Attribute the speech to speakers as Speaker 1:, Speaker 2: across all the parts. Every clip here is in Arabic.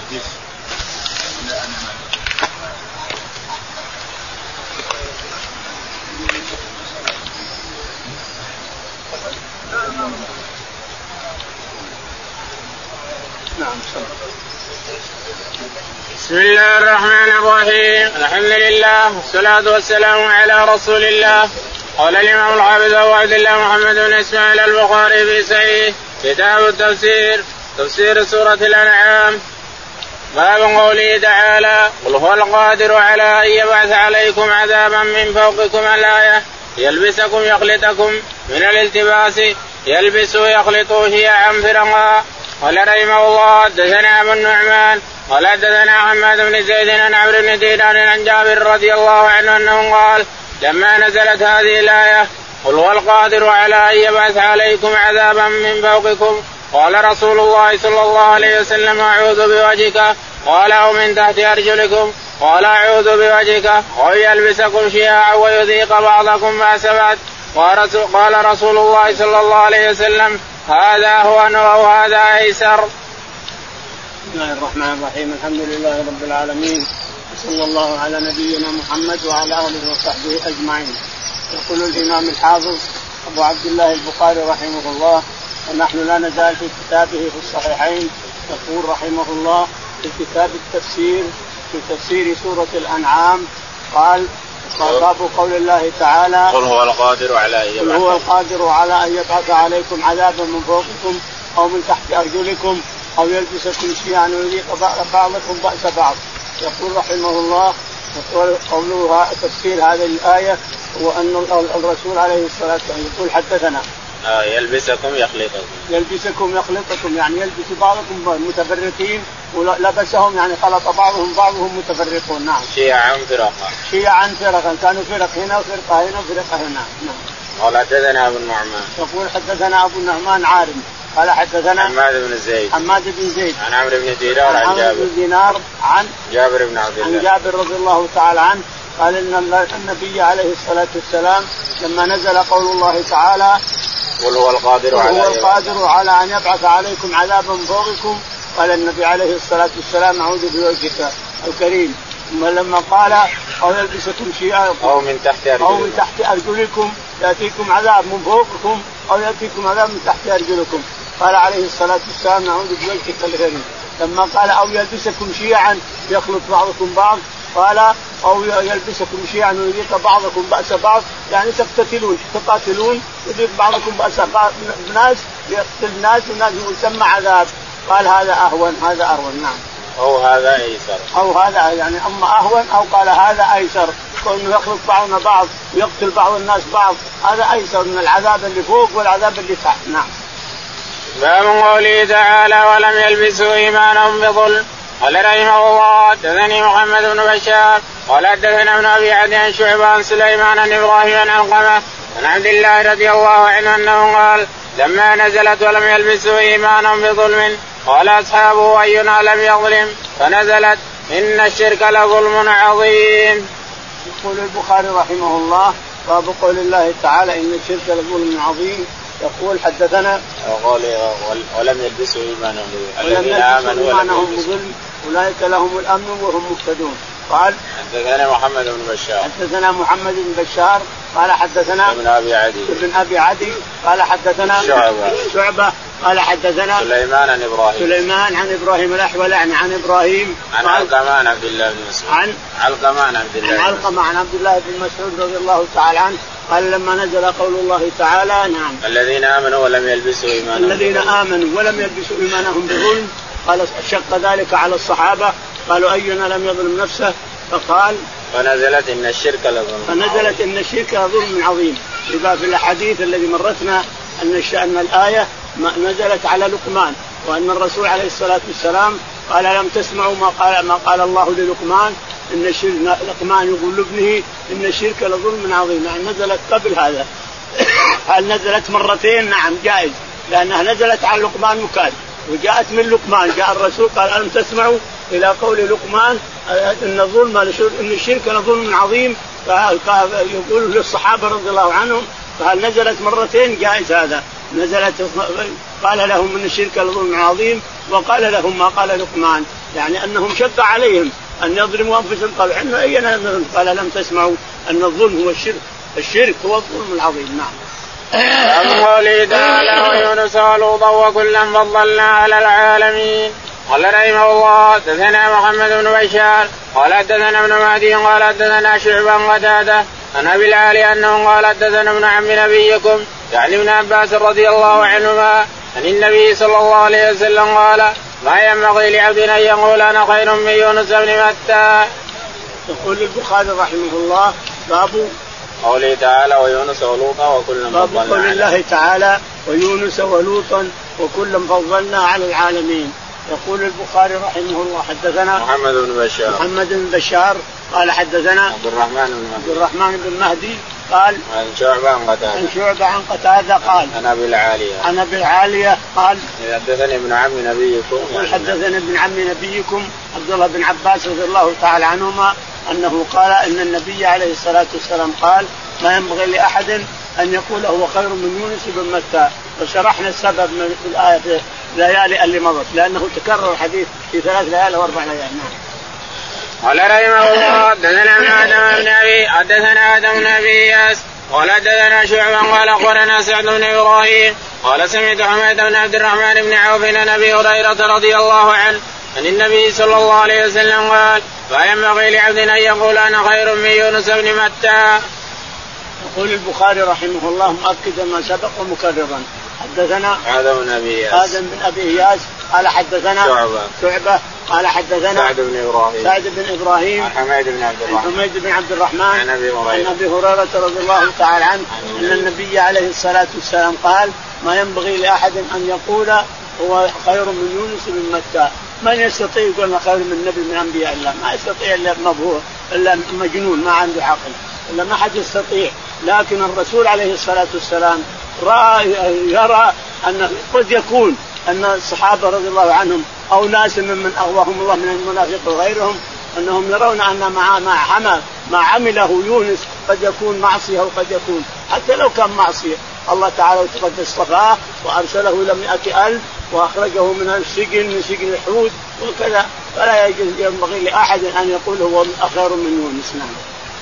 Speaker 1: الحديث.
Speaker 2: بسم الله الرحمن الرحيم. الحمد لله والصلاة والسلام على رسول الله. قال الإمام الحافظ أبو عبد الله محمد بن إسماعيل البخاري في صحيح كتاب التفسير تفسير سورة الأنعام باب قوله تعالى قل هو القادر على أن يبعث عليكم عذابا من فوقكم الآية يلبسكم يخلطكم من الالتباس يلبسوا يخلطوا شيعا فرقا. قال رحمه الله حدثنا أبو النعمان قال حدثنا حماد بن زيد عن عمرو بن دينار عن جابر رضي الله عنه أنه قال لما نزلت هذه الآية قل هو القادر على أن يبعث عليكم عذابا من فوقكم قال رسول الله صلى الله عليه وسلم أعوذ بوجهك قال أو من تحت أرجلكم قال أعوذ بوجهك أو يلبسكم شيعا ويذيق بعضكم بأس بعض قال رسول الله صلى الله عليه وسلم هذا هو أو هذا أيسر.
Speaker 1: بسم الله الرحمن الرحيم. الحمد لله رب العالمين وصلى الله على نبينا محمد وعلى آله وصحبه أجمعين. يقول الإمام الحافظ أبو عبد الله البخاري رحمه الله ونحن لا نزال في كتابه في الصحيحين. يقول رحمه الله في كتاب التفسير في تفسير سورة الأنعام قال باب قول الله تعالى
Speaker 2: قل هو القادر
Speaker 1: على أن يبعث عليكم عذابا من فوقكم أو من تحت أرجلكم أو يلبسكم شيعا ويذيق بعضكم بأس بعض. يقول رحمه الله قوله تفسير هذه الآية هو أن الرسول عليه الصلاة والسلام يقول حدثنا
Speaker 2: يلبسكم يخلطكم يعني يلبس بعضكم متفرقين ولبسهم يعني خلط بعضهم متفرقون. نعم. شيعا فرقا كانوا فرق هنا وفرقة هنا وفرقة هنا. نعم. قال حدثنا أبو النعمان
Speaker 1: يقول حدثنا أبو النعمان عارم قال حدثنا
Speaker 2: حماد بن زيد عن عمرو بن دينار عن جابر بن عبد الله
Speaker 1: عن جابر رضي الله تعالى عنه قال إن النبي عليه الصلاة والسلام لما نزل قول الله تعالى
Speaker 2: قل هو القادر
Speaker 1: على أن يبعث عليكم عذابا من فوقكم قال النبي عليه الصلاة والسلام أعوذ بوجهك الكريم. ثم لما قال أو يلبسكم شيئا
Speaker 2: أو من
Speaker 1: تحت أرجلكم يأتيكم عذاب من فوقكم أو يأتيكم عذاب من تحت أرجلكم قال عليه الصلاة والسلام أعوذ بوجهك الكريم. لما قال أو يلبسكم شيعا يخلط بعضكم بعض قال أو يلبسكم شيعا ويذيق بعضكم بأس بعض يعني تقاتلون يذيق بعضكم بأس بعض ناس يقتل ناس وناس يسمى عذاب. قال هذا أهون نعم
Speaker 2: أو
Speaker 1: هذا يعني أما أهون أو قال هذا أيسر كونه يخلط بعضنا بعض ويقتل بعض الناس بعض هذا أيسر من العذاب اللي فوق والعذاب اللي تحت. نعم.
Speaker 2: باب قوله تعالى ولم يلبسوا إيمانهم بظلم. قال رحمه الله حدثني محمد بن بشار قال حدثنا ابن أبي عدي عن شعبة عن سليمان عن إبراهيم عن علقمة عن عبد الله رضي الله عنه أنه قال لما نزلت ولم يلبسوا إيمانهم بظلم قال أصحابه أينا لم يظلم فنزلت إن الشرك لظلم عظيم.
Speaker 1: يقول البخاري رحمه الله باب قول الله تعالى إن الشرك لظلم عظيم. يقول حدثنا
Speaker 2: ولم يلبسوا إيمانهم
Speaker 1: بظلم أولئك لهم الأمن وهم مهتدون. قال
Speaker 2: حدثنا
Speaker 1: محمد بن بشار قال حدثنا
Speaker 2: ابن أبي عدي
Speaker 1: قال حدثنا شعبة قال حدثنا سليمان عن إبراهيم الأحول عن إبراهيم
Speaker 2: عن علقمة عن عبد الله بن مسعود عن
Speaker 1: عبد الله بن مسعود رضي الله تعالى عنه قال لما نزل قول الله تعالى نعم
Speaker 2: الذين آمنوا ولم
Speaker 1: يلبسوا إيمانهم بظلم قال شق ذلك على الصحابة قالوا أينا لم يظلم نفسه فقال
Speaker 2: فنزلت إن الشرك
Speaker 1: لظلم عظيم. إذا في الحديث الذي مرتنا أن الآية نزلت على لقمان وأن الرسول عليه الصلاة والسلام قال لم تسمعوا ما قال الله للقمان إن الشرك لقمان يقول لابنه إن الشرك لظلم عظيم يعني نزلت قبل هذا. هل نزلت مرتين؟ نعم جائز لأنها نزلت على لقمان وكان وجاءت من لقمان جاء الرسول قال ألم تسمعوا إلى قول لقمان إن الشرك لظلم عظيم يقول للصحابة رضي الله عنهم. فهل نزلت مرتين جائز هذا نزلت قال لهم إن الشرك لظلم عظيم وقال لهم ما قال لقمان يعني أنهم شق عليهم أن يظلموا أنفسهم. قالوا إحنا أينا نظلم؟ قال لم تسمعوا أن الظلم هو الشرك، الشرك هو الظلم العظيم. نعم.
Speaker 2: قوله تعالى ويونس ولوطا وكلا فضلنا على العالمين. قال رحمه الله حدثنا محمد بن بشار قال حدثنا ابن مهدي قال حدثنا شعبة قتادة عن أبي العالي أنه قال حدثنا ابن عم نبيكم يعني ابن عباس رضي الله عنهما عن النبي صلى الله عليه وسلم قال ما ينبغي لعبد أن يقول أنا خير من يونس بن متى.
Speaker 1: يقول البخاري رحمه الله باب
Speaker 2: قوله تعالى ويونس ولوطا وكلا فضلنا.
Speaker 1: باب قول الله تعالى ويونس ولوطا وكلا فضلنا على العالمين. يقول البخاري رحمه الله حدثنا محمد بن بشار قال حدثنا
Speaker 2: عبد الرحمن
Speaker 1: بن مهدي قال عن شعبة عن قتادة قال عن أبي العالية قال
Speaker 2: حدثني ابن عم نبيكم
Speaker 1: حدثني ابن عم نبيكم عبد الله بن عباس رضي الله تعالى عنهما أنه قال إن النبي عليه الصلاة والسلام قال ما ينبغي لأحد أن يقول هو خير من يونس بن متى. وشرحنا السبب من الآية في الليالي اللي مضت لأنه تكرر الحديث في 3 ليالي و4 ليالي.
Speaker 2: قال رحمه الله حدثنا آدم بن أبي إياس قال حدثنا شعبا قال أخبرنا سعد بن إبراهيم قال سمعت حميد بن عبد الرحمن بن عوف عن أبي هريرة رضي الله عنه عن النبي صلى الله عليه وسلم قال ما ينبغي لعبد أن يقول أنا خير من يونس بن متى.
Speaker 1: يقول البخاري رحمه الله مؤكدا ما سبق ومكررا حدثنا
Speaker 2: آدم بن أبي إياس
Speaker 1: قال حدثنا شعبة قال حدثنا
Speaker 2: سعد بن إبراهيم
Speaker 1: عن حميد بن عبد الرحمن عن أبي هريرة رضي الله تعالى عنه أن النبي عليه الصلاة والسلام قال ما ينبغي لأحد أن يقول هو خير من يونس بن متى. من يستطيع يقول خير من نبي من أنبياء الله؟ ما يستطيع إلا مبهور إلا مجنون ما عنده عقل إلا ما حد يستطيع. لكن الرسول عليه الصلاة والسلام يرى أن قد يكون أن الصحابة رضي الله عنهم أو ناس ممن أغواهم الله من المنافق وغيرهم أنهم يرون أن ما عمله يونس قد يكون معصية وقد يكون حتى لو كان معصية الله تعالى قد اصطفاه وأرسله إلى 100,000 وأخرجه من السجن من سجن الحوت وكذا فلا ينبغي لأحد أن يقول هو أخير من يونس. نعم.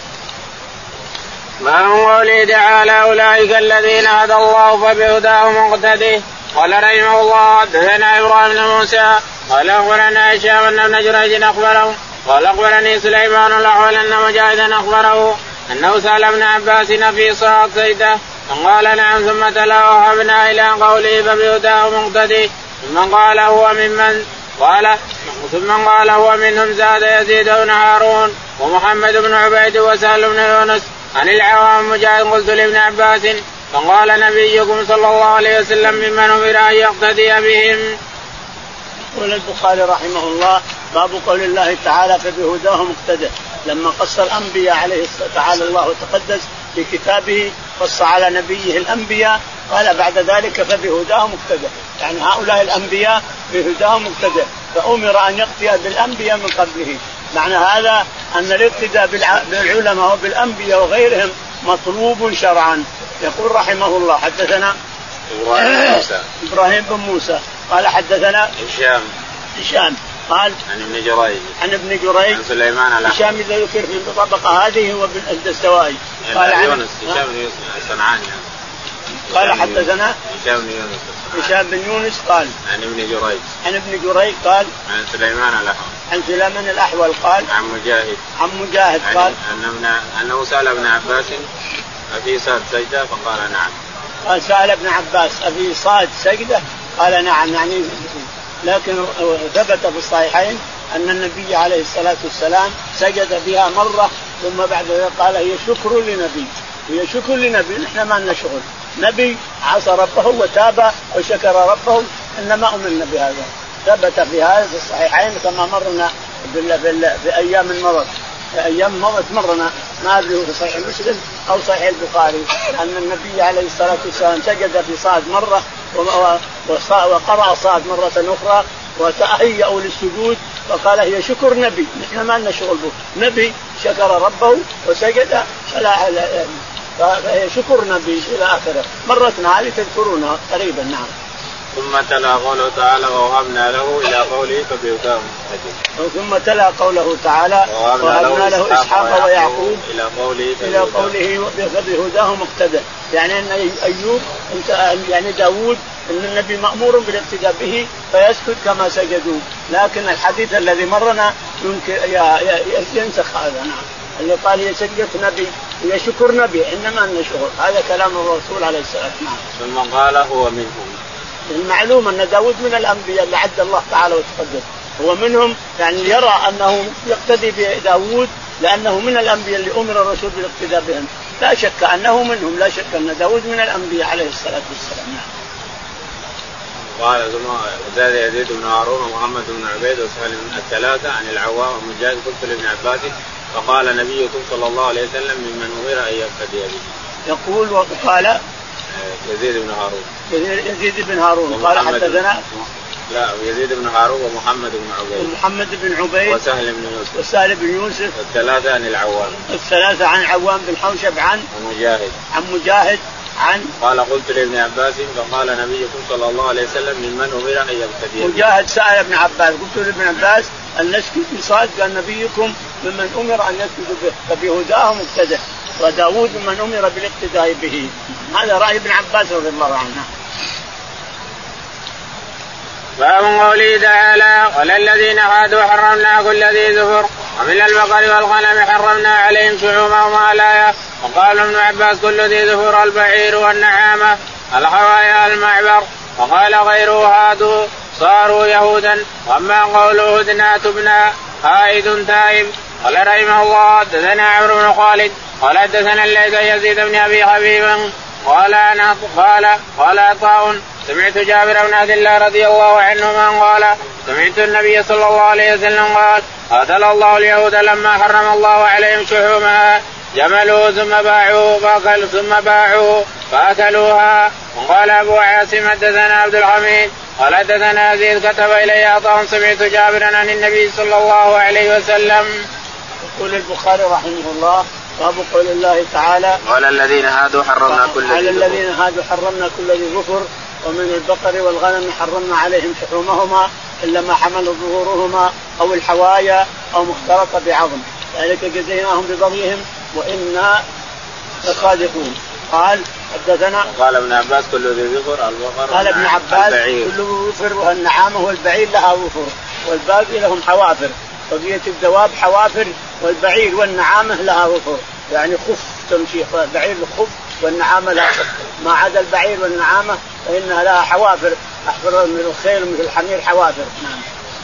Speaker 2: ما هو قوله تعالى أولئك الذين هدى الله فبهداه مقتدي. قال رحمه الله حدثنا إبراهيم بن موسى قال أخبرنا هشام بن جريج أخبره قال أخبرني سليمان الأحول أن مجاهدا أخبره أنه سأل ابن عباس في صلاة سيده فقال نعم ثم تلا وهبنا إلى قوله فبهداه مقتدي ثم قال هو منهم زاد يزيد بن هارون ومحمد بن عبيد وسهل بن يونس عن العوام مجاهد قلت لابن عباس فقال نبيكم صلى الله عليه وسلم ممن أمر أن يقتدي بهم.
Speaker 1: قال البخاري رحمه الله باب قول الله تعالى فبهداه مقتدى. لما قص الأنبياء عليه تعالى الله وتقدس في كتابه قص على نبيه الأنبياء قال بعد ذلك فبهداه مقتدى يعني هؤلاء الأنبياء بهداه مقتدى فأمر أن يقتدي بالأنبياء من قبله. معنى هذا أن الاقتداء بالعلماء وبالأنبياء وغيرهم مطلوب شرعا. يقول رحمه الله حدثنا إبراهيم بن موسى قال حدثنا هشام قال عن ابن جريج
Speaker 2: عن سليمان
Speaker 1: هشام إذا يذكر في الطبقة هذه هو الدستوائي قال عن
Speaker 2: يونس الصنعاني
Speaker 1: قال حدثنا هشام بن يونس قال
Speaker 2: عن ابن جريج
Speaker 1: قال
Speaker 2: عن
Speaker 1: سليمان الأحول قال عن مجاهد قال
Speaker 2: أنه سأل ابن عباس أفي صاد سجدة فقال نعم.
Speaker 1: قال سأل ابن عباس أفي صاد سجدة قال نعم يعني لكن ثبت في الصحيحين أن النبي عليه الصلاة والسلام سجد بها مرة ثم بعد ذلك قال هي شكر لنبي نحن ما لنا شغل نبي عصى ربه وتاب وشكر ربه إنما أمرنا بهذا. ثبت في هذا في الصحيحين كما مرنا أيام مضت مرنا ما أدري في صحيح مسلم أو صحيح البخاري أن النبي عليه الصلاة والسلام سجد في صاد مرة وقرأ صاد مرة أخرى وتهيأوا للسجود وقال هي شكر نبي نحن ما لنا شغل به نبي شكر ربه وسجد فهي شكر نبي إلى آخره. مرتنا هذه تذكرونها قريبا. نعم.
Speaker 2: ثم تلا قوله تعالى ووهبنا له إلى قوله فبهداه مقتدي.
Speaker 1: ثم تلا قوله تعالى ووهبنا له إسحاق ويعقوب إلى قوله فبهداه مقتدى. يعني أن أيوب يعني داود أن النبي مأمور بالاقتداء به فيسكت كما سجدوا. لكن الحديث الذي مرنا ينسخ هذا. نعم. اللي قال هي سجدة نبي هي شكر نبي إنما النشكر. هذا كلام الرسول عليه السلام.
Speaker 2: ثم قال هو منهم.
Speaker 1: المعلوم أن داود من الأنبياء اللي عد الله تعالى وتقدس هو منهم. يعني يرى أنه يقتدي بداود لأنه من الأنبياء اللي أمر الرسول بالاقتداء بهم. لا شك أنه منهم. لا شك أن داود من الأنبياء عليه الصلاة والسلام.
Speaker 2: قال ثم زاد يزيد بن هارون ومحمد بن عبيد وسهل بن الثلاثة عن العوام ومجاهد قلت لابن عباس فقال نبيكم صلى الله عليه وسلم ممن أمر أن يقتدي به.
Speaker 1: يقول وقال
Speaker 2: يزيد
Speaker 1: بن هارون قال حدثنا
Speaker 2: يزيد بن هارون ومحمد بن عبيد وسهل بن يوسف الثلاثة عن العوام بن حوشب عن مجاهد عن قال قلت لابن عباس فقال نبيكم صلى الله عليه وسلم ممن أمر أن يقتدي به.
Speaker 1: مجاهد سأل ابن عباس قلت لابن عباس أن نسكت بصاد قال نبيكم ممن أمر أن يسكت به فبهداه مقتدى وداود من أمر بالاقتداء به. هذا رأي ابن عباس رضي الله عنه.
Speaker 2: باب قوله تعالى وللذين هادوا حرمنا كل ذي ظفر ومن البقر والغنم حرمنا عليهم شحومهما الآية. وقال ابن عباس كل ذي ظفر البعير والنعامة الحوايا المعبر. وقال غيره هادوا صاروا يهودا. واما قوله هدنا تبنا عائد تائب. قال رحمه الله حدثنا عمرو بن خالد قال حدثنا الليث يزيد بن ابي حبيب قال عطاء سمعت جابر بن عبد الله رضي الله عنهما قال سمعت النبي صلى الله عليه وسلم قال قاتل الله اليهود لما حرم الله عليهم شحومها جملوا ثم باعوا فأكلوها. وقال أبو عاصم حدثنا عبد الحميد قال حدثنا يزيد كتب إلي عطاء سمعت جابرا عن النبي صلى الله عليه وسلم.
Speaker 1: يقول البخاري رحمه الله باب قول الله تعالى
Speaker 2: وعلى الذين هادوا حرمنا
Speaker 1: كل ذي ظفر ومن البقر والغنم حرمنا عليهم شحومهما إلا ما حمل ظهورهما أو الحوايا أو مختلط بعظم ذلك جزيناهم ببغيهم وإنا لصادقون. قال حدثنا
Speaker 2: قال ابن عباس كل ذي ظفر البقر
Speaker 1: قال ابن عباس كل ظفر والنعامة والبعير لها ظفر والباقي لهم حوافر. بقية الدواب حوافر والبعير والنعامة لها ظفر يعني خف تمشي بعير الخف والنعامة لها خف. ما عدا البعير والنعامة فإنها لها حوافر أحفر من الخيل ومن الحمير حوافر. نعم.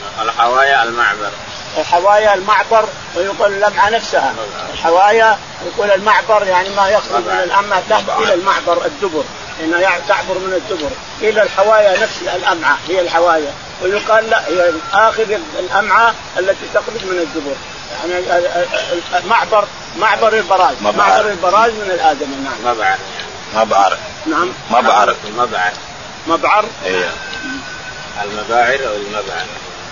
Speaker 1: الحوايا المعبر ويقول اللمعة نفسها. الحوايا يقول المعبر يعني ما يخرج من الأمعاء تحت إلى المعبر الدبر إنها تعبر من الدبر إلى الحوايا نفس الأمعاء هي الحوايا. ويقال لا هي آخر الأمعاء التي تخرج من الدبر يعني معبر البراز من الآدم. نعم. مبعر
Speaker 2: إيه. المباعر أو المبعر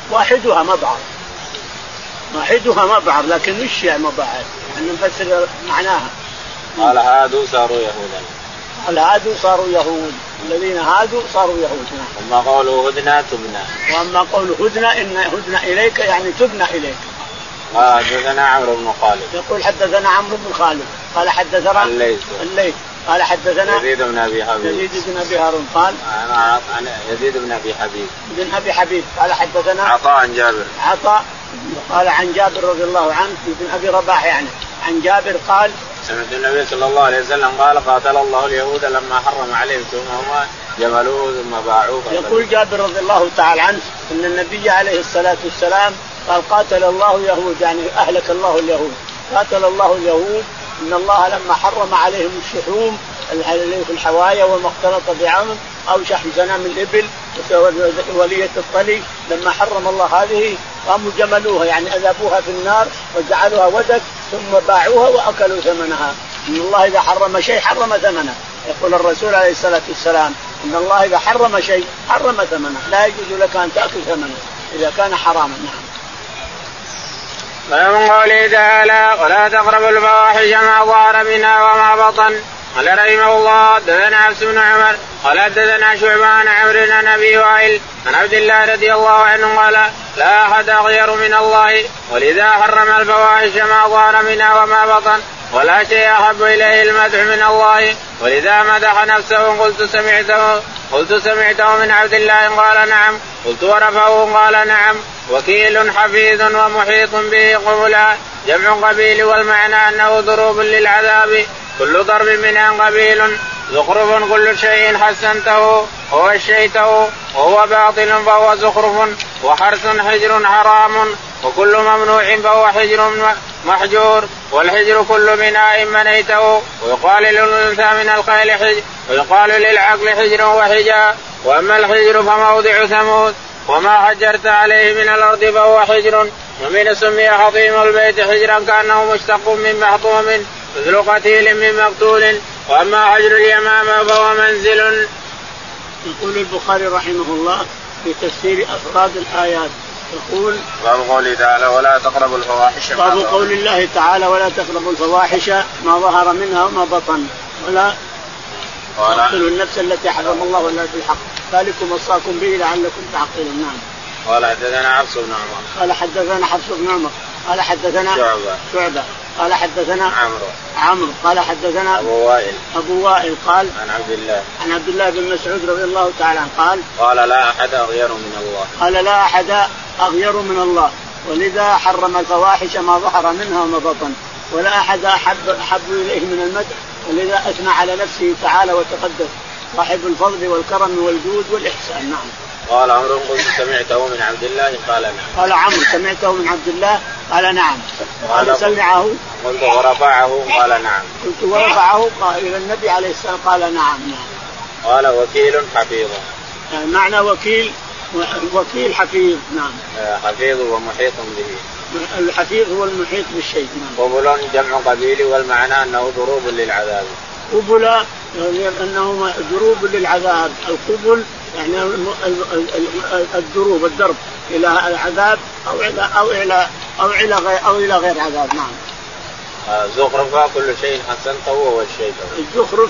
Speaker 1: واحدها مبعر لكن مش يعني مباعر أن نفسر معناها.
Speaker 2: قال هادوا صاروا يهود
Speaker 1: الذين هادوا صاروا يهود.
Speaker 2: وما قوله هدنا تبنا.
Speaker 1: وأما قوله هدنا إن هدنا إليك يعني تبنا إليك.
Speaker 2: حدثنا عمرو بن خالد
Speaker 1: يقول حدثنا عمرو بن خالد قال حدثنا الليث قال حدثنا
Speaker 2: يزيد بن أبي
Speaker 1: هارون قال
Speaker 2: يزيد بن أبي حبيب
Speaker 1: قال حدثنا عطاء قال عن جابر رضي الله عنه بن أبي رباح يعني عن جابر قال
Speaker 2: سمعت النبي صلى الله عليه وسلم قال قاتل الله اليهود لما حرم عليهم شحومهما جملوه ثم باعوه.
Speaker 1: يقول جابر رضي الله تعالى عنه أن النبي عليه الصلاة والسلام قال قاتل الله اليهود يعني أهلك الله اليهود. قاتل الله اليهود إن الله لما حرم عليهم الشحوم في الحوايا والمختلط بعظم أو شحم زنام الإبل ولية الطلي لما حرم الله هذه قاموا جملوها يعني أذابوها في النار وجعلوها ودك ثم باعوها وأكلوا ثمنها. إن الله إذا حرم شيء حرم ثمنه. يقول الرسول عليه الصلاة والسلام إن الله إذا حرم شيء حرم ثمنه لا يجوز لك أن تأكل ثمنه إذا كان حراما. نعم.
Speaker 2: فمن قوله تعالى ولا تقربوا الفواحش ما ظهر منها وما بطن قال رحمه الله حدثنا حفص بن عمر قال حدثنا شعبة عن عمرو بن ابي وائل عن عبد الله رضي الله عنه قال لا احد اغير من الله ولذا حرم الفواحش ما ظهر منها وما بطن ولا شيء احب اليه المدح من الله ولذا مدح نفسه قلت سمعته من عبد الله قال نعم قلت ورفعه قال نعم. وكيل حفيظ ومحيط به قبلا جمع قبيل والمعنى انه ضروب للعذاب كل ضرب منها قبيل زخرف كل شيء حسنته ووشيته وهو باطل فهو زخرف وحرث حجر حرام وكل ممنوع فهو حجر محجور والحجر كل بناء منيته ويقال للأنثى من الخيل حجر ويقال للعقل حجر وحجا. وأما الحجر فموضع ثمود وما حجرت عليه من الأرض فهو حجر ومن سمي حطيم البيت حجرا كأنه مشتق من محطوم مثل قتيل من مقتول. وأما حجر اليمامة فهو منزل.
Speaker 1: يقول البخاري رحمه الله في تفسير أفراد الآيات يقول
Speaker 2: باب قوله تعالى ولا تقربوا الفواحش
Speaker 1: باب قول الله تعالى ولا تقربوا الفواحش ما ظهر منها وما بطن ولا تقتلوا النفس التي حرم الله الا بالحق ذلكم وصاكم به لعلكم تعقلون. نعم.
Speaker 2: قال حدثنا حفص بن عمر
Speaker 1: قال حدثنا حفص بن عمر قال حدثنا شعبة قال حدثنا عمرو قال حدثنا أبو وائل قال عن عبد الله بن مسعود رضي الله تعالى عنه
Speaker 2: قال لا أحد أغير من الله
Speaker 1: قال لا أحد أغير من الله ولذا حرم الفواحش ما ظهر منها وما بطن ولا أحد أحب إليه من المدح ولذا أثنى على نفسه تعالى وتقدس صاحب الفضل والكرم والجود والإحسان. نعم.
Speaker 2: قال عمرو قلت سمعته من عبد الله قال نعم.
Speaker 1: قال عمرو سمعته من عبد الله قال نعم. قال سمعه
Speaker 2: قلت ورفعه قال نعم.
Speaker 1: قلت ورفعه قال إلى النبي عليه السلام قال نعم.
Speaker 2: قال وكيل حفيظ
Speaker 1: معنى وكيل حفيظ. نعم.
Speaker 2: حفيظ ومحيط به.
Speaker 1: الحفيظ هو المحيط بالشيء. نعم.
Speaker 2: قبل جمع قبيل والمعنى أنه ضروب للعذاب.
Speaker 1: قبل يعني أنه ضروب للعذاب. القبل يعني الضروب الضرب إلى العذاب أو إلى غير عذاب. نعم.
Speaker 2: زخرف كل شيء حسنته ووشيته.
Speaker 1: الزخرف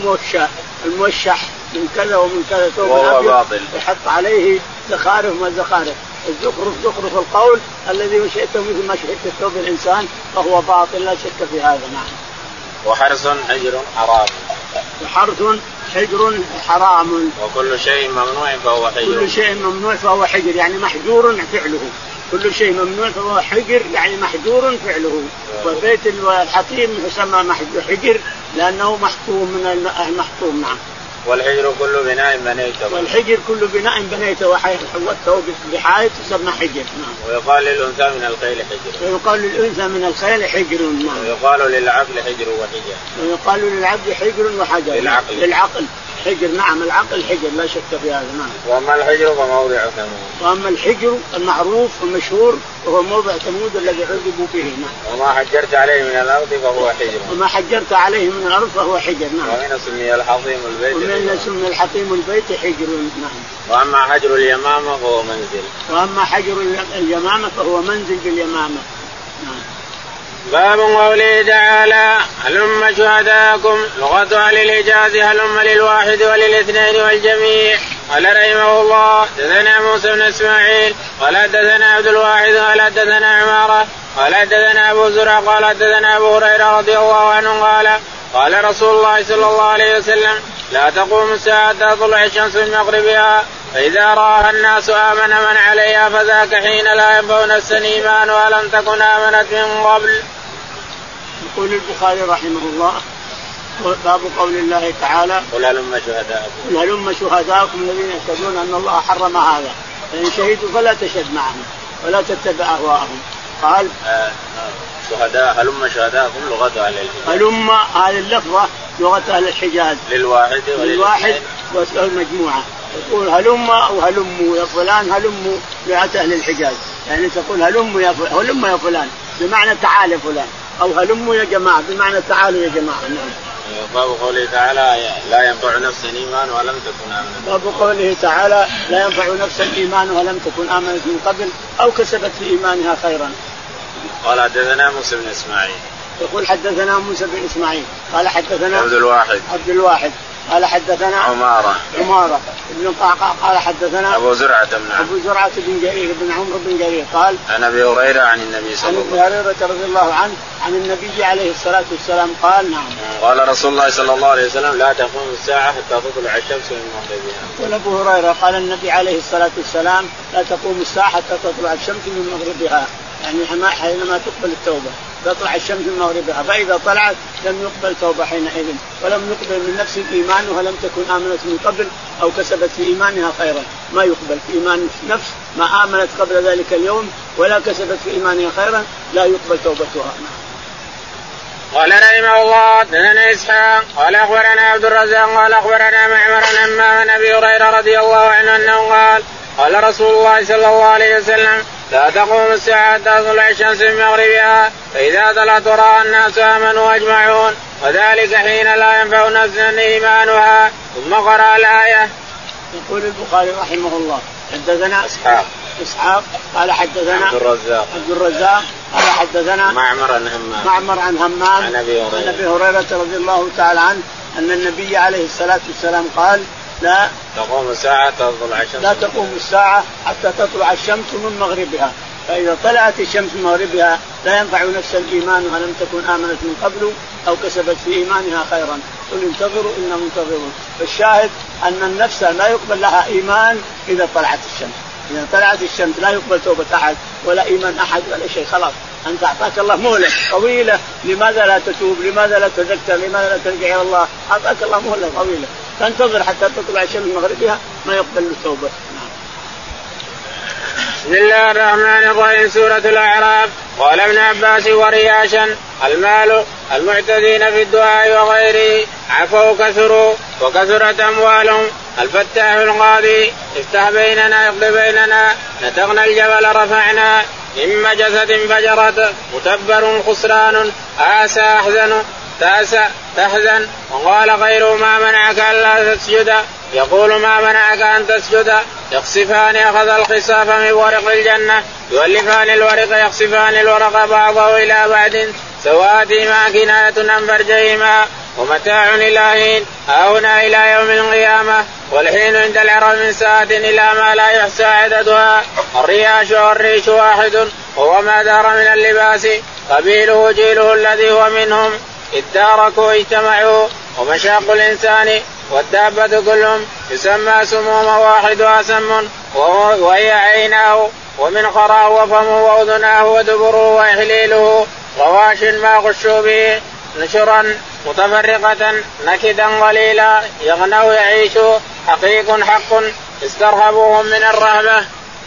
Speaker 1: الموشح من كذا ومن كذا
Speaker 2: وهو باطل
Speaker 1: يحط عليه زخارف ما زخارف. الزخرف زخرف القول الذي وشيته مثل ما شئت ثوب الإنسان فهو باطل لا شك في هذا. نعم.
Speaker 2: وحرث حجر حرام.
Speaker 1: وحرث حجر حرام.
Speaker 2: وكل شيء ممنوع فهو حجر.
Speaker 1: كل شيء ممنوع فهو حجر يعني محجور فعله. كل شيء ممنوع فهو حجر يعني محجور فعله. وبيت الحطيم يسمى حجر لأنه محكوم من المحكوم. نعم.
Speaker 2: والحجر كل بناء بنيته.
Speaker 1: والحجر كل بناء بنيته وحوته بحائط يسمى حجر. نعم.
Speaker 2: ويقال للأنثى من الخيل حجر.
Speaker 1: ويقال للأنثى من الخيل حجر. نعم.
Speaker 2: ويقال للعقل حجر وحجر.
Speaker 1: ويقال للعبد حجر وحجر. للعقل حجر. نعم. العقل حجر لا شك في هذا. نعم.
Speaker 2: وأما الحجر فموضع ثمود.
Speaker 1: وأما الحجر المعروف والمشهور وهو موضع ثمود الذي عذبوا به. نعم.
Speaker 2: وما حجرت عليه من الأرض فهو حجر.
Speaker 1: وما حجرت عليه من الأرض فهو حجر. نعم.
Speaker 2: ومن سمي الحطيم البيت.
Speaker 1: ومن سمي الحطيم البيت حجر. نعم.
Speaker 2: وأما حجر اليمامة فهو منزل.
Speaker 1: وأما حجر اليمامة فهو منزل باليمامة. نعم.
Speaker 2: باب قوله تعالى هلم شهداءكم لغة أهل الحجاز هلم للواحد وللاثنين والجميع. قال رحمه الله حدثنا موسى بن اسماعيل قال حدثنا عبد الواحد قال حدثنا عمارة قال حدثنا أبو زرع قال حدثنا أبو هريرة رضي الله عنه قال رسول الله صلى الله عليه وسلم لا تقوم الساعة حتى تطلع الشمس من مغربها فإذا رآها الناس آمن من عليها فذاك حين لا ينفع نفسا إيمانها لم تكن آمنت من قبل.
Speaker 1: يقول البخاري رحمه الله باب قول الله تعالى
Speaker 2: قل
Speaker 1: هلم شهداءكم الذين يشهدون أن الله حرم هذا فإن شهدوا فلا تشهد معهم ولا تتبع أهواءهم. قال
Speaker 2: شهداء هلم شهداءكم لغة أهل الحجاز.
Speaker 1: هلم هذه اللفظة لغة أهل الحجاز
Speaker 2: للواحد
Speaker 1: والمجموعة. تقول هلم أو هلموا يا فلان هلموا لغة أهل الحجاز يعني تقول هلم يا فلان بمعنى تعال يا فلان أو هلموا يا جماعة بمعنى تعالوا يا جماعة.
Speaker 2: باب قوله تعالى لا ينفع نفسا إيمان ولم تكن آمنت.
Speaker 1: باب قوله تعالى لا ينفع نفسا إيمان ولم تكن آمنت من قبل أو كسبت في إيمانها خيرا.
Speaker 2: قال حدثنا موسى بن إسماعيل
Speaker 1: يقول حدثنا موسى بن إسماعيل قال حدثنا
Speaker 2: عبد الواحد
Speaker 1: قال حدثنا
Speaker 2: عمارة
Speaker 1: بن القعقاع قال حدثنا
Speaker 2: أبو زرعة
Speaker 1: بن جرير بن عمرو بن جرير قال
Speaker 2: عن أبي هريرة عن النبي صلى الله عليه وسلم
Speaker 1: عن أبي هريرة رضي الله عنه عن النبي عليه الصلاة والسلام قال نعم
Speaker 2: قال رسول الله صلى الله عليه وسلم لا تقوم الساعة حتى تطلع الشمس من مغربها.
Speaker 1: يقول أبو هريرة قال النبي عليه الصلاة والسلام لا تقوم الساعة حتى تطلع الشمس من مغربها، يعني حينما تقبل التوبة تطلع الشمس من مغربها، فإذا طلعت لم يقبل توبة حينئذ، ولم يقبل من نفس الإيمان ولم تكن آمنت من قبل أو كسبت في إيمانها خيرا. ما يقبل في إيمان نفس ما آمنت قبل ذلك اليوم ولا كسبت في إيمانها خيرا لا يقبل توبتها.
Speaker 2: قال رحمه الله حدثنا إسحاق قال أخبرنا عبد الرزاق قال أخبرنا معمر عن أبي هريرة رضي الله عنه أنه قال قال رسول الله صلى الله عليه وسلم لا تقوم الساعة حتى تطلع الشمس من مغربها، فإذا طلعت رأى الناس آمنوا أجمعون، وذلك حين لا ينفع نفسا إيمانها. ثم قرأ الآية.
Speaker 1: يقول البخاري رحمه الله حدثنا إسحاق قال حدثنا
Speaker 2: عبد
Speaker 1: الرزاق قال حدثنا
Speaker 2: معمر عن همام عن
Speaker 1: أبي هريرة رضي الله تعالى عنه أن النبي عليه الصلاة والسلام قال لا تقوم الساعة حتى تطلع الشمس من مغربها، فإذا طلعت الشمس من مغربها لا ينفع نفسا إيمانها لم تكن آمنت من قبل أو كسبت في إيمانها خيرا، قل انتظروا إنا منتظرون. فالشاهد أن النفس لا يقبل لها إيمان إذا طلعت الشمس، إذا طلعت الشمس لا يقبل توبة أحد ولا إيمان أحد ولا شيء، خلاص أنت أعطاك الله مهلة طويلة، لماذا لا تتوب؟ لماذا لا تذكر؟ لماذا لا ترجع إلى الله؟ أعطاك الله مهلة طويلة، تنتظر حتى تطلع الشمس من مغربها ما يقبل التوبة.
Speaker 2: بسم الله الرحمن الرحيم. سورة الأعراف. قال ابن عباس ورياشا المال المعتدين في الدعاء وغيره عفوا كثروا وكثرت أموالهم. الفتاح القاضي افتح بيننا يقضي بيننا نتقنا الجبل رفعنا إما جسد فجرت متبر خسران آسى أحزن تحزن. وقال غيره ما منعك ألا تسجد يقول ما منعك أن تسجد. يخسفان أخذ الخساف من ورق الجنة يؤلفان الورق يخسفان الورق بعضه إلى بعد سواتهما كناية عن فرجهما ومتاع إلى حين هنا إلى يوم القيامة. والحين عند العرب من ساعة إلى ما لا يحصى عددها. الرياش والريش واحد وهو ما دار من اللباس قبيله جيله الذي هو منهم اداركوا اجتمعوا. ومشاق الإنسان والدابة كلهم يسمى سموم واحدها سم وهي عيناه ومن خراه وفمه وأذناه ودبره وإحليله. رواش ما غشوا به نشرا متفرقة نكدا قليلا يغنوا يعيشوا حقيق حق استرهبوهم من الرهبة.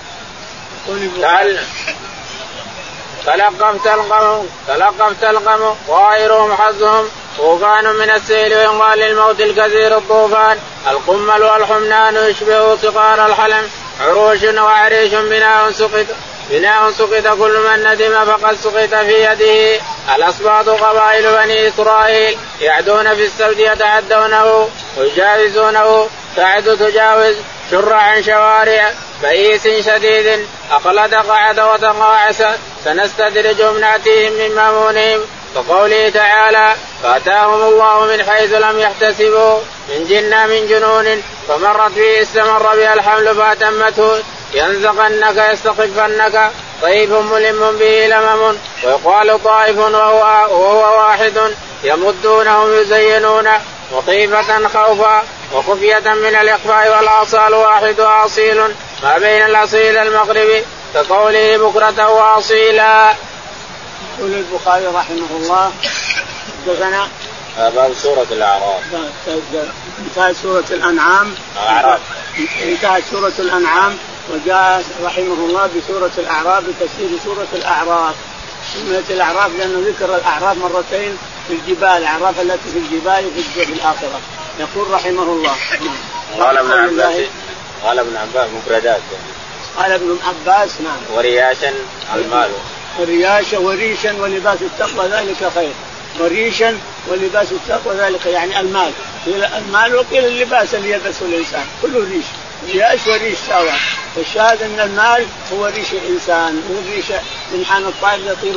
Speaker 2: تلقفت القم وغيرهم حظهم طوفان من السيل وينقال للموت الكثير الطوفان. القمل والحمنان يشبه صقار الحلم عروش وعريش بناء سقط كل من ندم فقد سقط في يده. الأسباط قبائل بني إسرائيل يعدون في السبت يتعدونه ويجاوزونه تعد تجاوز شر عن شوارع بئيس شديد أخلد قعد وتقاعس سنستدرجهم نأتيهم من مامونهم. فقوله تعالى فأتاهم الله من حيث لم يحتسبوا من جنون فمرت به استمر بها الحمل فأتمته ينزغنك يستخفنك طيف ملم به لمم ويقال طائف وهو واحد يمدونهم يزينون وطيفة خوفا وخفية من الإخفاء والأصال واحد أصيل ما بين الأصيل المغربي كقوله بكرة وأصيلا.
Speaker 1: يقول البخاري رحمه الله حدثنا
Speaker 2: باب سورة الأعراف.
Speaker 1: انتهت سورة الأنعام انتهت سورة الأنعام وجاء رحمه الله بسورة الأعراف بتفسير سورة الأعراف. سميت الأعراف لأنه ذكر الأعراف مرتين في الجبال الأعراف التي في الجبال في الآخرة. يقول رحمه الله
Speaker 2: قال ابن عباس مفردات
Speaker 1: قال ابن عباس نعم
Speaker 2: ورياشا المال
Speaker 1: ورياشا وريشا ولباس التقوى ذلك خير. وريشا ولباس التقوى ذلك يعني المال وقيل اللباس اللي يلبسه الإنسان كله ريش رياش وريش سوا. فالشاهد أن المال هو ريش الإنسان وريش من حان الطائر يطير به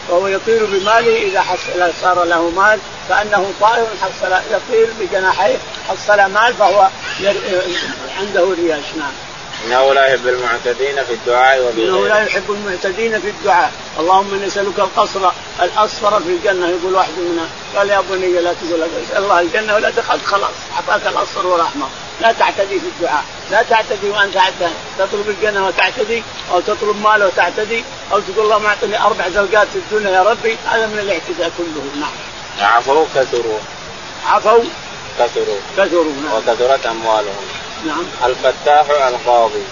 Speaker 1: وهو يطير بماله إذا صار له مال كأنه طائر حصل يطير بجناحيه حصل مال فهو عنده رياش. نعم.
Speaker 2: إنه لا يحب المعتدين في الدعاء
Speaker 1: إنه لا يحب المعتدين في الدعاء. اللهم نسألك القصر الأصفر في الجنة. يقول واحد منا قال يا بني لا تقول اسأل الله الجنة ولا دخلت خلاص أعطاك الأصفر والأحمر. لا تعتدي في الدعاء، لا تعتدي وأنت تطلب الجنة وتعتدي، أو تطلب مال وتعتدي، أو تقول اللهم أعطني 4 زوجات في الدنيا يا ربي. هذا من الاعتداء كله. نعم.
Speaker 2: عفوا كثروا.
Speaker 1: عفوا كثروا.
Speaker 2: نعم. وكثرت أموالهم.
Speaker 1: نعم.
Speaker 2: الفتاح القاضي.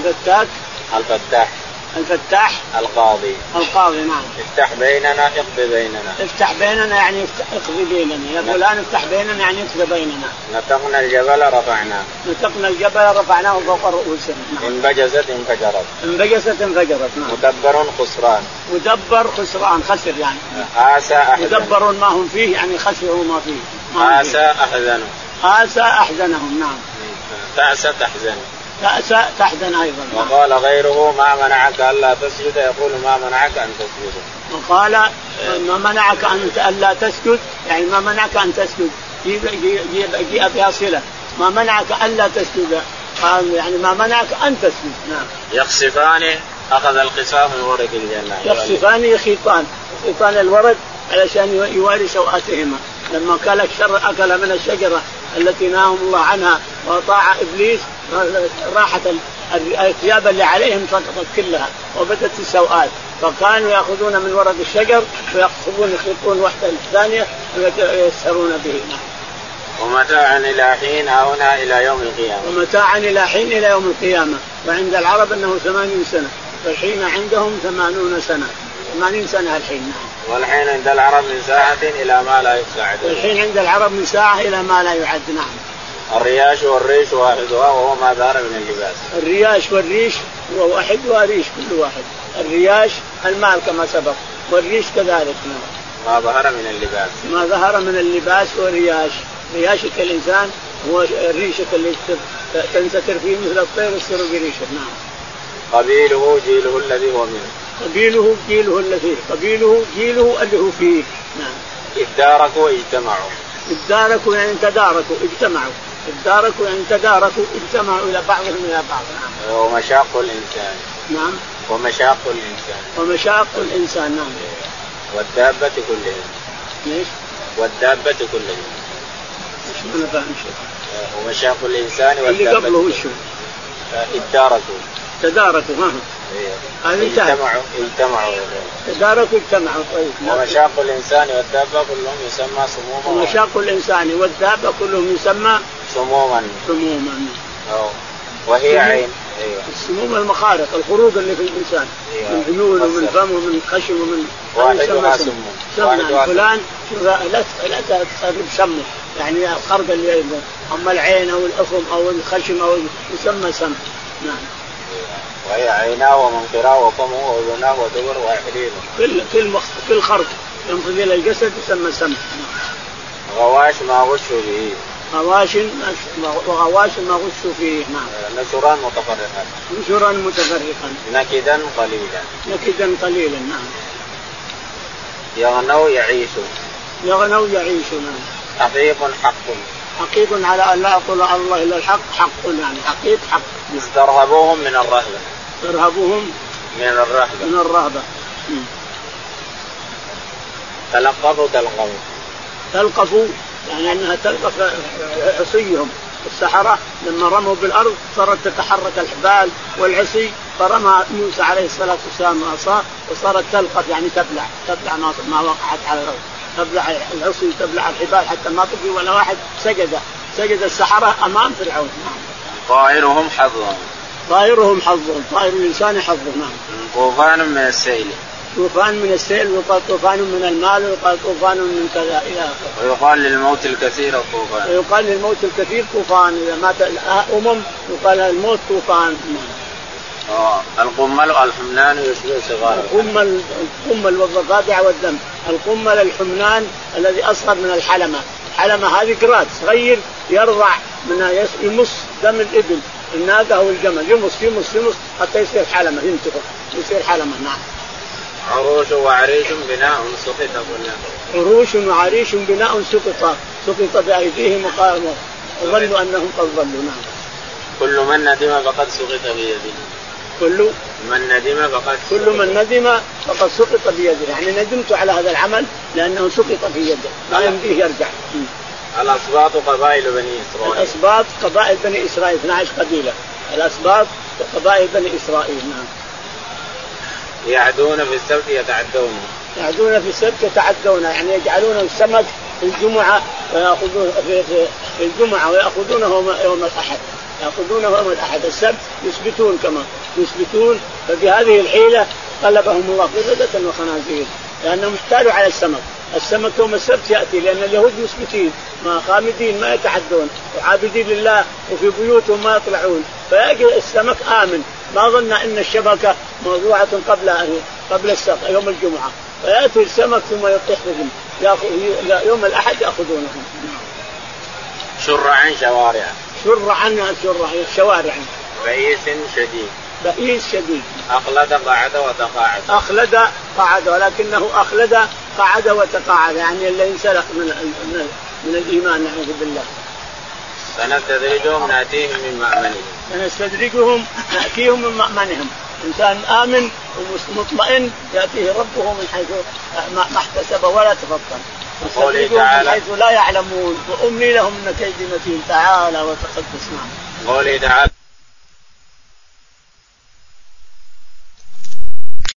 Speaker 2: الفتاح القاضي.
Speaker 1: نعم.
Speaker 2: افتح بيننا اقضي بيننا.
Speaker 1: افتح بيننا يعني اقضي بيننا. يا فلان افتح بيننا يعني اقضي بيننا.
Speaker 2: نتقنا الجبل رفعناه فوق رؤوسنا. انبجست
Speaker 1: انفجرت. نعم. مدبر خسران خسر يعني. مدبر ما هم فيه يعني خسروا ما فيه. آسى أحزنهم. نعم. تحزن أيضا.
Speaker 2: وقال غيره ما منعك ألا تسجد يقول ما منعك أن تسجد.
Speaker 1: وقال ما منعك ألا تسجد يعني ما منعك أن تسجد. جيء بها صلة. ما منعك ألا تسجد قال يعني ما منعك أن تسجد. نعم.
Speaker 2: يخصفان أخذ القصاف من ورق الجنة.
Speaker 1: يخصفان يخيطان الورد علشان يواري سوءاتهما. لما أكل من الشجرة التي نهاهم الله عنها وطاع إبليس راحت الثياب اللي عليهم سقطت كلها وبدت السوءات. فكانوا يأخذون من ورق الشجر ويقصفون يخيطون واحدة الثانية ويسهرون به.
Speaker 2: ومتاعا إلى حين هنا إلى يوم القيامة. وعند العرب أنه 80 سنة والحين عندهم 80 سنة 80 سنة الحين. والحين عند العرب من ساعة إلى ما لا يساعد.
Speaker 1: والحين عند العرب من ساعة إلى ما لا يعد. نعم.
Speaker 2: الرياش والريش واحدها وهو ما ظهر من اللباس.
Speaker 1: الرياش والريش واحدها ريش كل واحد. الرياش المال كما سبق والريش كذلك.
Speaker 2: ما ظهر من اللباس
Speaker 1: ورياش. رياشة الإنسان هو ريشة اللي تنستر فيه مثل الطير يصير بريشة. نعم.
Speaker 2: قبيله جيله الذي هو منه.
Speaker 1: قبيله جيله اللي هو فيه. نعم.
Speaker 2: اداركوا
Speaker 1: يعني تداركوا اجتمعوا. اجتمعوا إلى بعضهم إلى بعض. نعم.
Speaker 2: ومشاق الإنسان.
Speaker 1: نعم. ومشاق الإنسان. نعم.
Speaker 2: والدابة كلهم.
Speaker 1: ليش؟ مش أنا فاهم شيء.
Speaker 2: ومشاق الإنسان
Speaker 1: والدابة. اللي قبله وشو؟ تداركوا.
Speaker 2: اجتمعوا.
Speaker 1: طيب.
Speaker 2: ومشاق الإنسان والدابة كلهم يسمى سموما.
Speaker 1: ومشاق الإنسان والدابة كلهم يسمى
Speaker 2: سموما. وهي عين.
Speaker 1: السموم المخارق الخروج اللي في الإنسان. من عيون ومن فم ومن خشم ومن
Speaker 2: واحدها
Speaker 1: سم. فلان لا تقرب سمه يعني الخرق اللي أما العين أو الأفم أو الخشم أو يسمى سم. نعم.
Speaker 2: وهي عيناه ومنقراه وفمه وأذناه ودبر وحليله.
Speaker 1: كل خرق ينفذ إلى الجسد يسمى سم.
Speaker 2: غواش ما غشوا به.
Speaker 1: وغواش ما غشوا فيه. نعم.
Speaker 2: نشرا متفرقا. نكدا قليلا.
Speaker 1: نعم.
Speaker 2: يغنوا يعيشوا.
Speaker 1: نعم. حقيق على أن لا أقول على الله إلا الحق. حق يعني حقيق حق.
Speaker 2: استرهبوهم من الرهبة.
Speaker 1: تلقفوا يعني أنها تلقف عصيهم. السحرة لما رموا بالأرض صارت تتحرك الحبال والعصي فرمى موسى عليه الصلاة والسلام عصاه وصارت تلقف يعني تبلع ما وقعت على الأرض. تبلع العصي تبلع الحبال حتى ما تبقي ولا واحد. سجد السحرة أمام فرعون.
Speaker 2: طائرهم حظهم. طائر الإنسان حظه. نعم. طوفان من السيل ويقال طوفان من المال ويقال طوفان من كذا إلى آخره. ويقال للموت الكثير طوفان. إذا مات يقال الموت طوفان. القمل الحمنان يشبه صغار. القمل والضفادع والدم. القمل الحمنان الذي أصغر من الحلمة هذه قراد صغير يرضع من يمص دم الإبل الناقة أو الجمل يمص حتى يصير حلمة ينتفخ يصير حلمة. نعم. عروش وعريش بناء سقط كلها.
Speaker 1: عروش وعريش بناء سقط بأيديهم وظنوا أنهم قد ضلوا. نعم.
Speaker 2: كل من ندم فقد سقط بيده. كل من ندم
Speaker 1: فقد سقط بيده، يعني ندمت على هذا العمل لأنه سقط في يده لا يمديه يرجع.
Speaker 2: الأسباط قبائل بني إسرائيل.
Speaker 1: الأسباط قبائل بني إسرائيل 12 قبيلة. الأسباط قبائل بني إسرائيل. نعم.
Speaker 2: يعدون في السبت يتعدون.
Speaker 1: يعدون في السبت يتعدون، يعني يجعلون السمك في الجمعة ويأخذون في الجمعة ويأخذونه يوم الأحد. السبت يثبتون كما يثبتون. فبهذه الحيلة قلبهم الله قردة وخنازير، لأنهم احتالوا على السمك يوم السبت يأتي، لأن اليهود مثبتين ما خامدين ما يتعدون وعابدين لله وفي بيوتهم ما يطلعون، فيأتي السمك آمن ما ظن أن الشبكة موضوعة قبل السبت يوم الجمعة، فيأتي السمك ثم يطيح بهم يوم الأحد يأخذونهم.
Speaker 2: شر عن
Speaker 1: شوارع.
Speaker 2: بئيس شديد. أخلد
Speaker 1: قعد ولكنه أخلد قعد وتقاعد، يعني اللي انسلخ من الإيمان نعوذ بالله.
Speaker 2: سنستدرجهم
Speaker 1: نأتيهم من مأمنهم. إنسان آمن ومطمئن يأتيه ربه من حيث ما احتسب ولا تفطن. نستدرجهم من حيث لا يعلمون وأملي لهم إن كيدي متين. تعالى وتقدس.
Speaker 2: قوله تعالى